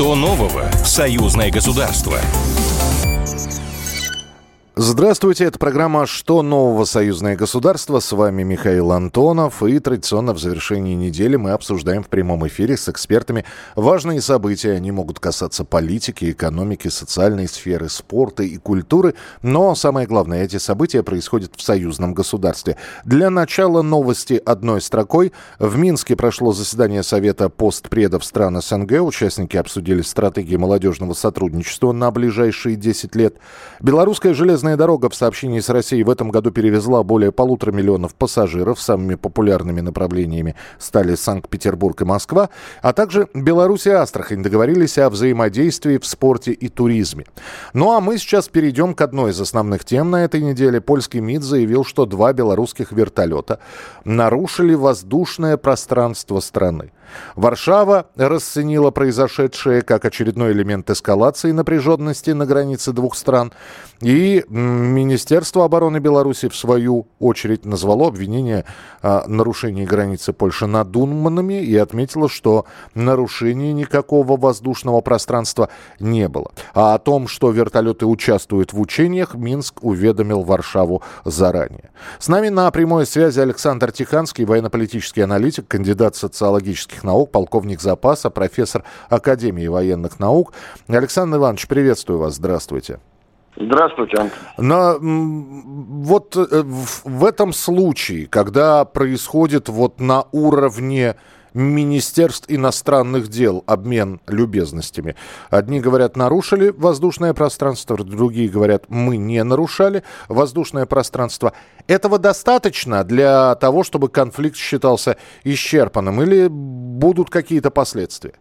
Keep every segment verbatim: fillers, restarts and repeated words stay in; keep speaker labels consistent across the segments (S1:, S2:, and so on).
S1: Что нового в союзное государство?
S2: Здравствуйте, это программа «Что нового? Союзное государство». С вами Михаил Антонов. И традиционно в завершении недели мы обсуждаем в прямом эфире с экспертами важные события. Они могут касаться политики, экономики, социальной сферы, спорта и культуры. Но самое главное, эти события происходят в союзном государстве. Для начала новости одной строкой. В Минске прошло заседание Совета постпредов стран СНГ. Участники обсудили стратегии молодежного сотрудничества на ближайшие десять лет. Белорусская железная дорога в сообщении с Россией в этом году перевезла более полутора миллионов пассажиров. Самыми популярными направлениями стали Санкт-Петербург и Москва, а также Беларусь и Астрахань договорились о взаимодействии в спорте и туризме. Ну а мы сейчас перейдем к одной из основных тем на этой неделе. Польский МИД заявил, что два белорусских вертолета нарушили воздушное пространство страны. Варшава расценила произошедшее как очередной элемент эскалации напряженности на границе двух стран. И Министерство обороны Беларуси, в свою очередь, назвало обвинение о нарушении границы Польши надуманными и отметило, что нарушения никакого воздушного пространства не было. А о том, что вертолеты участвуют в учениях, Минск уведомил Варшаву заранее. С нами на прямой связи Александр Тиханский, военно-политический аналитик, кандидат социологических наук, полковник запаса, профессор Академии военных наук. Александр Иванович, приветствую вас, здравствуйте.
S3: Здравствуйте, Антон.
S2: Но вот в, в этом случае, когда происходит вот на уровне Министерств иностранных дел обмен любезностями, одни говорят, нарушили воздушное пространство, другие говорят, мы не нарушали воздушное пространство. Этого достаточно для того, чтобы конфликт считался исчерпанным, или будут какие-то последствия?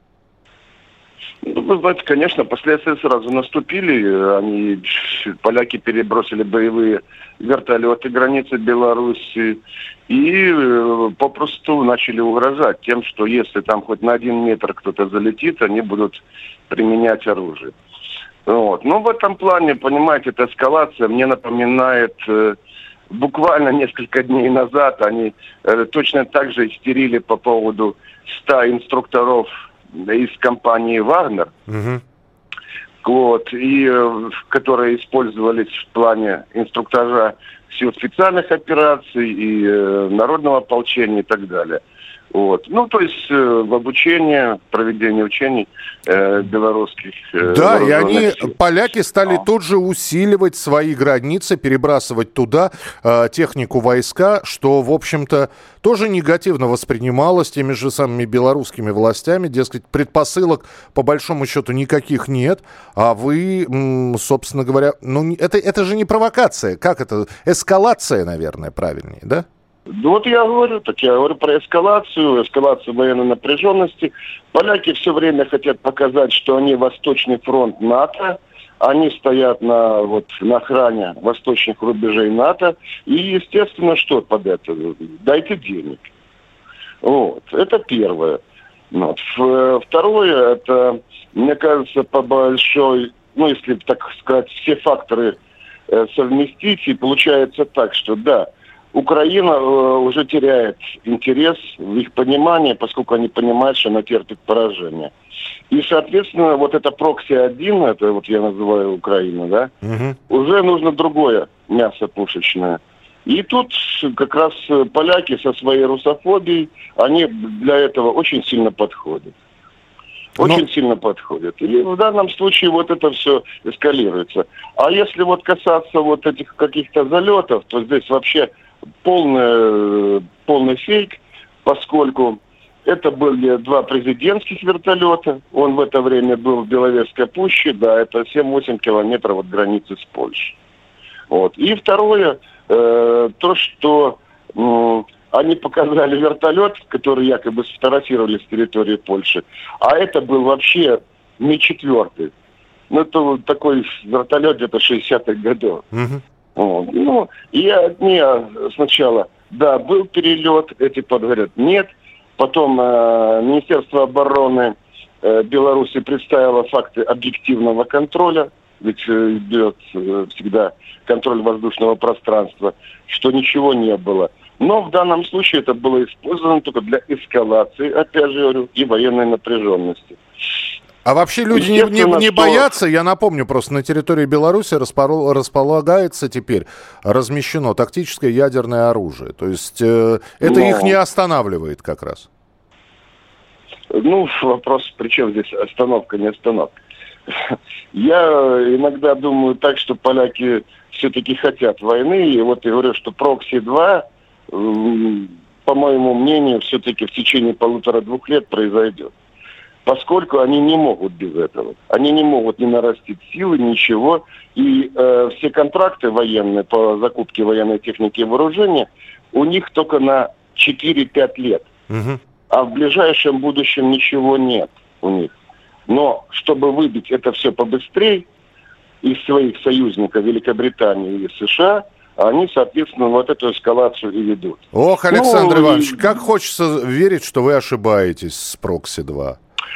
S3: Ну, вы знаете, конечно, последствия сразу наступили. Они, поляки перебросили боевые вертолеты границы Беларуси и э, попросту начали угрожать тем, что если там хоть на один метр кто-то залетит, они будут применять оружие. Вот. Но в этом плане, понимаете, эта эскалация мне напоминает... Э, буквально несколько дней назад они э, точно так же истерили по поводу ста инструкторов из компании «Вагнер», угу. вот, и, э, которые использовались в плане инструктажа сил специальных операций и э, народного ополчения и так далее. Вот. Ну, то есть э, в обучении, проведении учений э, белорусских... Э,
S2: да, и они,
S3: сил.
S2: поляки, стали
S3: а.
S2: тут же усиливать свои границы, перебрасывать туда э, технику войска, что, в общем-то, тоже негативно воспринималось теми же самыми белорусскими властями. Дескать, предпосылок, по большому счету, никаких нет, а вы, м, собственно говоря... ну это, это же не провокация, как это? Эскалация, наверное, правильнее, да?
S3: Вот я говорю, так я говорю про эскалацию, эскалацию военной напряженности. Поляки все время хотят показать, что они Восточный фронт НАТО, они стоят на, вот, на охране восточных рубежей НАТО, и, естественно, что под это? Дайте денег. Вот, это первое. Вот. Второе, это, мне кажется, по большой, ну, если, так сказать, все факторы э, совместить, и получается так, что да, Украина э, уже теряет интерес в их понимании, поскольку они понимают, что она терпит поражение. И, соответственно, вот это прокси один, это вот я называю Украину, да, угу. уже нужно другое мясо пушечное. И тут как раз поляки со своей русофобией, они для этого очень сильно подходят. Очень Но... сильно подходят. И в данном случае вот это все эскалируется. А если вот касаться вот этих каких-то залетов, то здесь вообще полный, полный фейк, поскольку это были два президентских вертолета. Он в это время был в Беловежской пуще, да, это семь-восемь километров от границы с Польшей. Вот. И второе, э, то, что э, они показали вертолет, который якобы сфотографировали с территории Польши, а это был вообще Ми четыре. Ну, это вот такой вертолет где-то шестидесятых годов. Угу. Вот. Ну, и одни сначала, да, был перелет, эти подговорят, нет. Потом э, Министерство обороны э, Беларуси представило факты объективного контроля, ведь э, идет э, всегда контроль воздушного пространства, что ничего не было. Но в данном случае это было использовано только для эскалации, опять же говорю, и военной напряженности.
S2: А вообще люди не, не, не боятся, я напомню, просто на территории Беларуси распорол, располагается теперь, размещено тактическое ядерное оружие. То есть э, это Но... их не останавливает как раз.
S3: Ну, вопрос, при чем здесь остановка, не остановка. Я иногда думаю так, что поляки все-таки хотят войны. И вот я говорю, что прокси два, по моему мнению, все-таки в течение полутора-двух лет произойдет. Поскольку они не могут без этого. Они не могут не нарастить силы, ничего. И э, все контракты военные по закупке военной техники и вооружения у них только на четыре-пять лет. Угу. А в ближайшем будущем ничего нет у них. Но чтобы выбить это все побыстрее из своих союзников Великобритании и США, они, соответственно, вот эту эскалацию и ведут.
S2: Ох, Александр ну, Иванович,
S3: и...
S2: как хочется верить, что вы ошибаетесь с прокси два.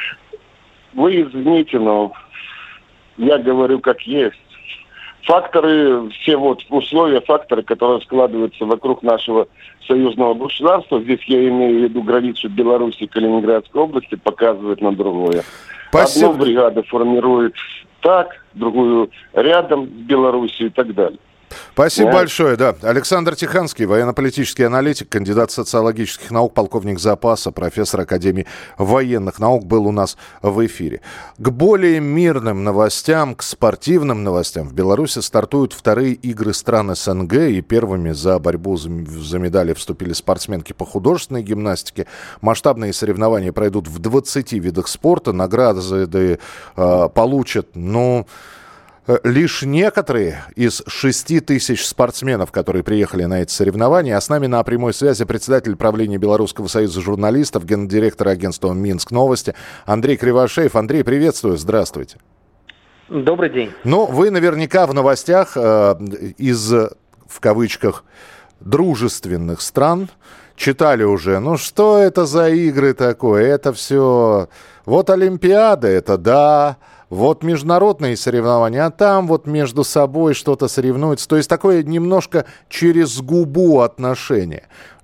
S3: Вы извините, но я говорю как есть. Факторы, все вот условия, факторы, которые складываются вокруг нашего союзного государства, здесь я имею в виду границу Беларуси и Калининградской области, показывают на другое. Спасибо. Одну бригаду формирует так, другую рядом с Беларусью и так далее.
S2: Спасибо
S3: да.
S2: большое, да. Александр Тиханский, военно-политический аналитик, кандидат социологических наук, полковник запаса, профессор Академии военных наук, был у нас в эфире. К более мирным новостям, к спортивным новостям в Беларуси стартуют вторые игры стран СНГ, и первыми за борьбу за медали вступили спортсменки по художественной гимнастике. Масштабные соревнования пройдут в двадцати видах спорта, награды э, получат, ну... лишь некоторые из шести тысяч спортсменов, которые приехали на эти соревнования. А с нами на прямой связи председатель правления Белорусского союза журналистов, гендиректор агентства «Минск Новости» Андрей Кривошеев. Андрей, приветствую, здравствуйте.
S4: Добрый день.
S2: Ну, вы наверняка в новостях э, из, в кавычках, дружественных стран читали уже, ну что это за игры такое, это все... Вот Олимпиада, это да... Вот международные соревнования, а там вот между собой что-то соревнуются. То есть такое немножко через губу отношение.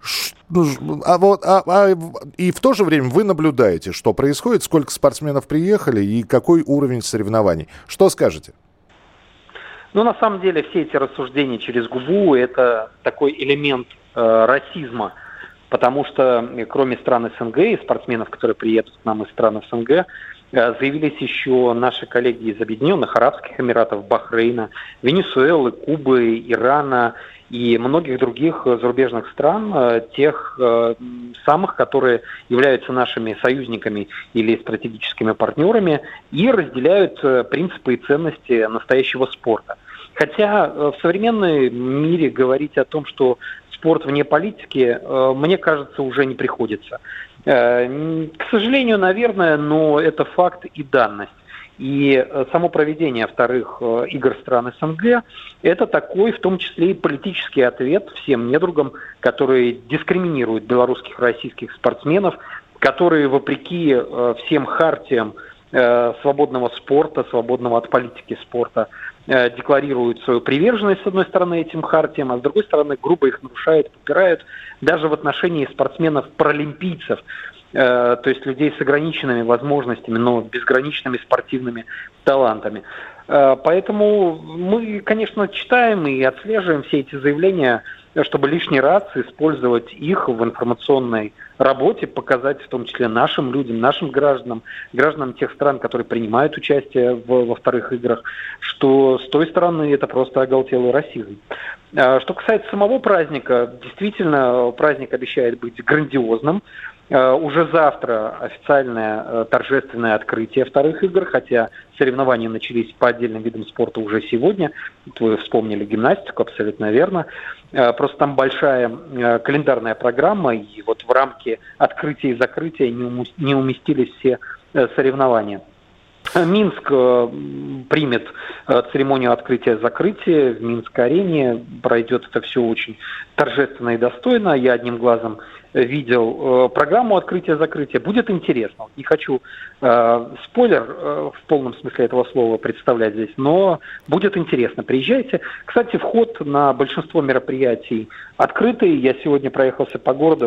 S2: А вот, а, а, и в то же время вы наблюдаете, что происходит, сколько спортсменов приехали и какой уровень соревнований. Что скажете?
S4: Ну, на самом деле, все эти рассуждения через губу – это такой элемент э, расизма. Потому что кроме стран СНГ и спортсменов, которые приедут к нам из стран СНГ, заявились еще наши коллеги из Объединенных Арабских Эмиратов, Бахрейна, Венесуэлы, Кубы, Ирана и многих других зарубежных стран, тех самых, которые являются нашими союзниками или стратегическими партнерами и разделяют принципы и ценности настоящего спорта. Хотя в современном мире говорить о том, что спорт вне политики, мне кажется, уже не приходится. К сожалению, наверное, но это факт и данность. И само проведение вторых игр стран СНГ – это такой, в том числе и политический ответ всем недругам, которые дискриминируют белорусских и российских спортсменов, которые, вопреки всем хартиям свободного спорта, свободного от политики спорта, декларируют свою приверженность, с одной стороны, этим хартиям, а с другой стороны, грубо их нарушают, попирают даже в отношении спортсменов-паралимпийцев, э, то есть людей с ограниченными возможностями, но безграничными спортивными талантами. Э, поэтому мы, конечно, читаем и отслеживаем все эти заявления, чтобы лишний раз использовать их в информационной работе, показать в том числе нашим людям, нашим гражданам, гражданам тех стран, которые принимают участие в, во вторых играх, что с той стороны это просто оголтелый расизм. Что касается самого праздника, действительно, праздник обещает быть грандиозным. Уже завтра официальное торжественное открытие вторых игр, хотя соревнования начались по отдельным видам спорта уже сегодня. Вы вспомнили гимнастику, абсолютно верно. Просто там большая календарная программа, и вот в рамки открытия и закрытия не уместились все соревнования. Минск примет церемонию открытия-закрытия в Минск-арене. Пройдет это все очень торжественно и достойно. Я одним глазом видел программу открытия-закрытия. Будет интересно. Не хочу э, спойлер э, в полном смысле этого слова представлять здесь, но будет интересно. Приезжайте. Кстати, вход на большинство мероприятий открытый. Я сегодня проехался по городу.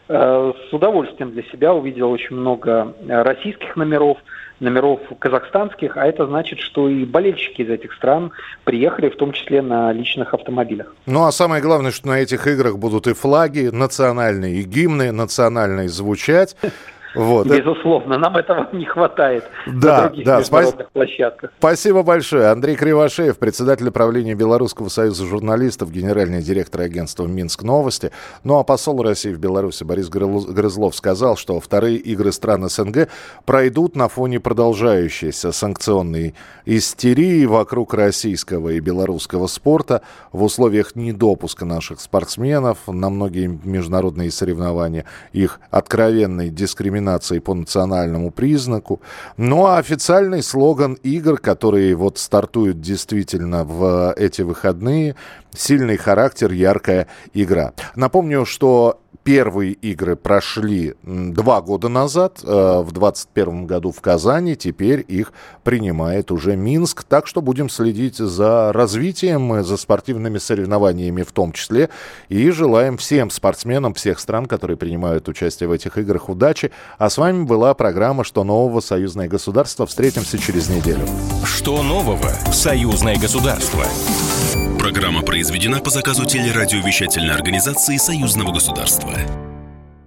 S4: С удовольствием для себя увидел очень много российских номеров, номеров казахстанских, а это значит, что и болельщики из этих стран приехали, в том числе на личных автомобилях.
S2: Ну а самое главное, что на этих играх будут и флаги национальные, и гимны национальные звучать. Вот.
S4: Безусловно, нам этого не хватает
S2: да,
S4: на других
S2: да,
S4: международных
S2: спа-
S4: площадках.
S2: Спасибо большое. Андрей Кривошеев, председатель правления Белорусского союза журналистов, генеральный директор агентства «Минск Новости». Ну а посол России в Беларуси Борис Грызлов сказал, что вторые игры стран СНГ пройдут на фоне продолжающейся санкционной истерии вокруг российского и белорусского спорта в условиях недопуска наших спортсменов на многие международные соревнования, их откровенной дискриминации по национальному признаку. Ну а официальный слоган игр, которые вот стартуют действительно в эти выходные: сильный характер, яркая игра. Напомню, что первые игры прошли два года назад, в двадцать первом году в Казани, теперь их принимает уже Минск. Так что будем следить за развитием, за спортивными соревнованиями в том числе. И желаем всем спортсменам всех стран, которые принимают участие в этих играх, удачи. А с вами была программа «Что нового? Союзное государство». Встретимся через неделю.
S1: Что нового? Союзное государство.
S5: Программа произведена по заказу телерадиовещательной организации Союзного государства.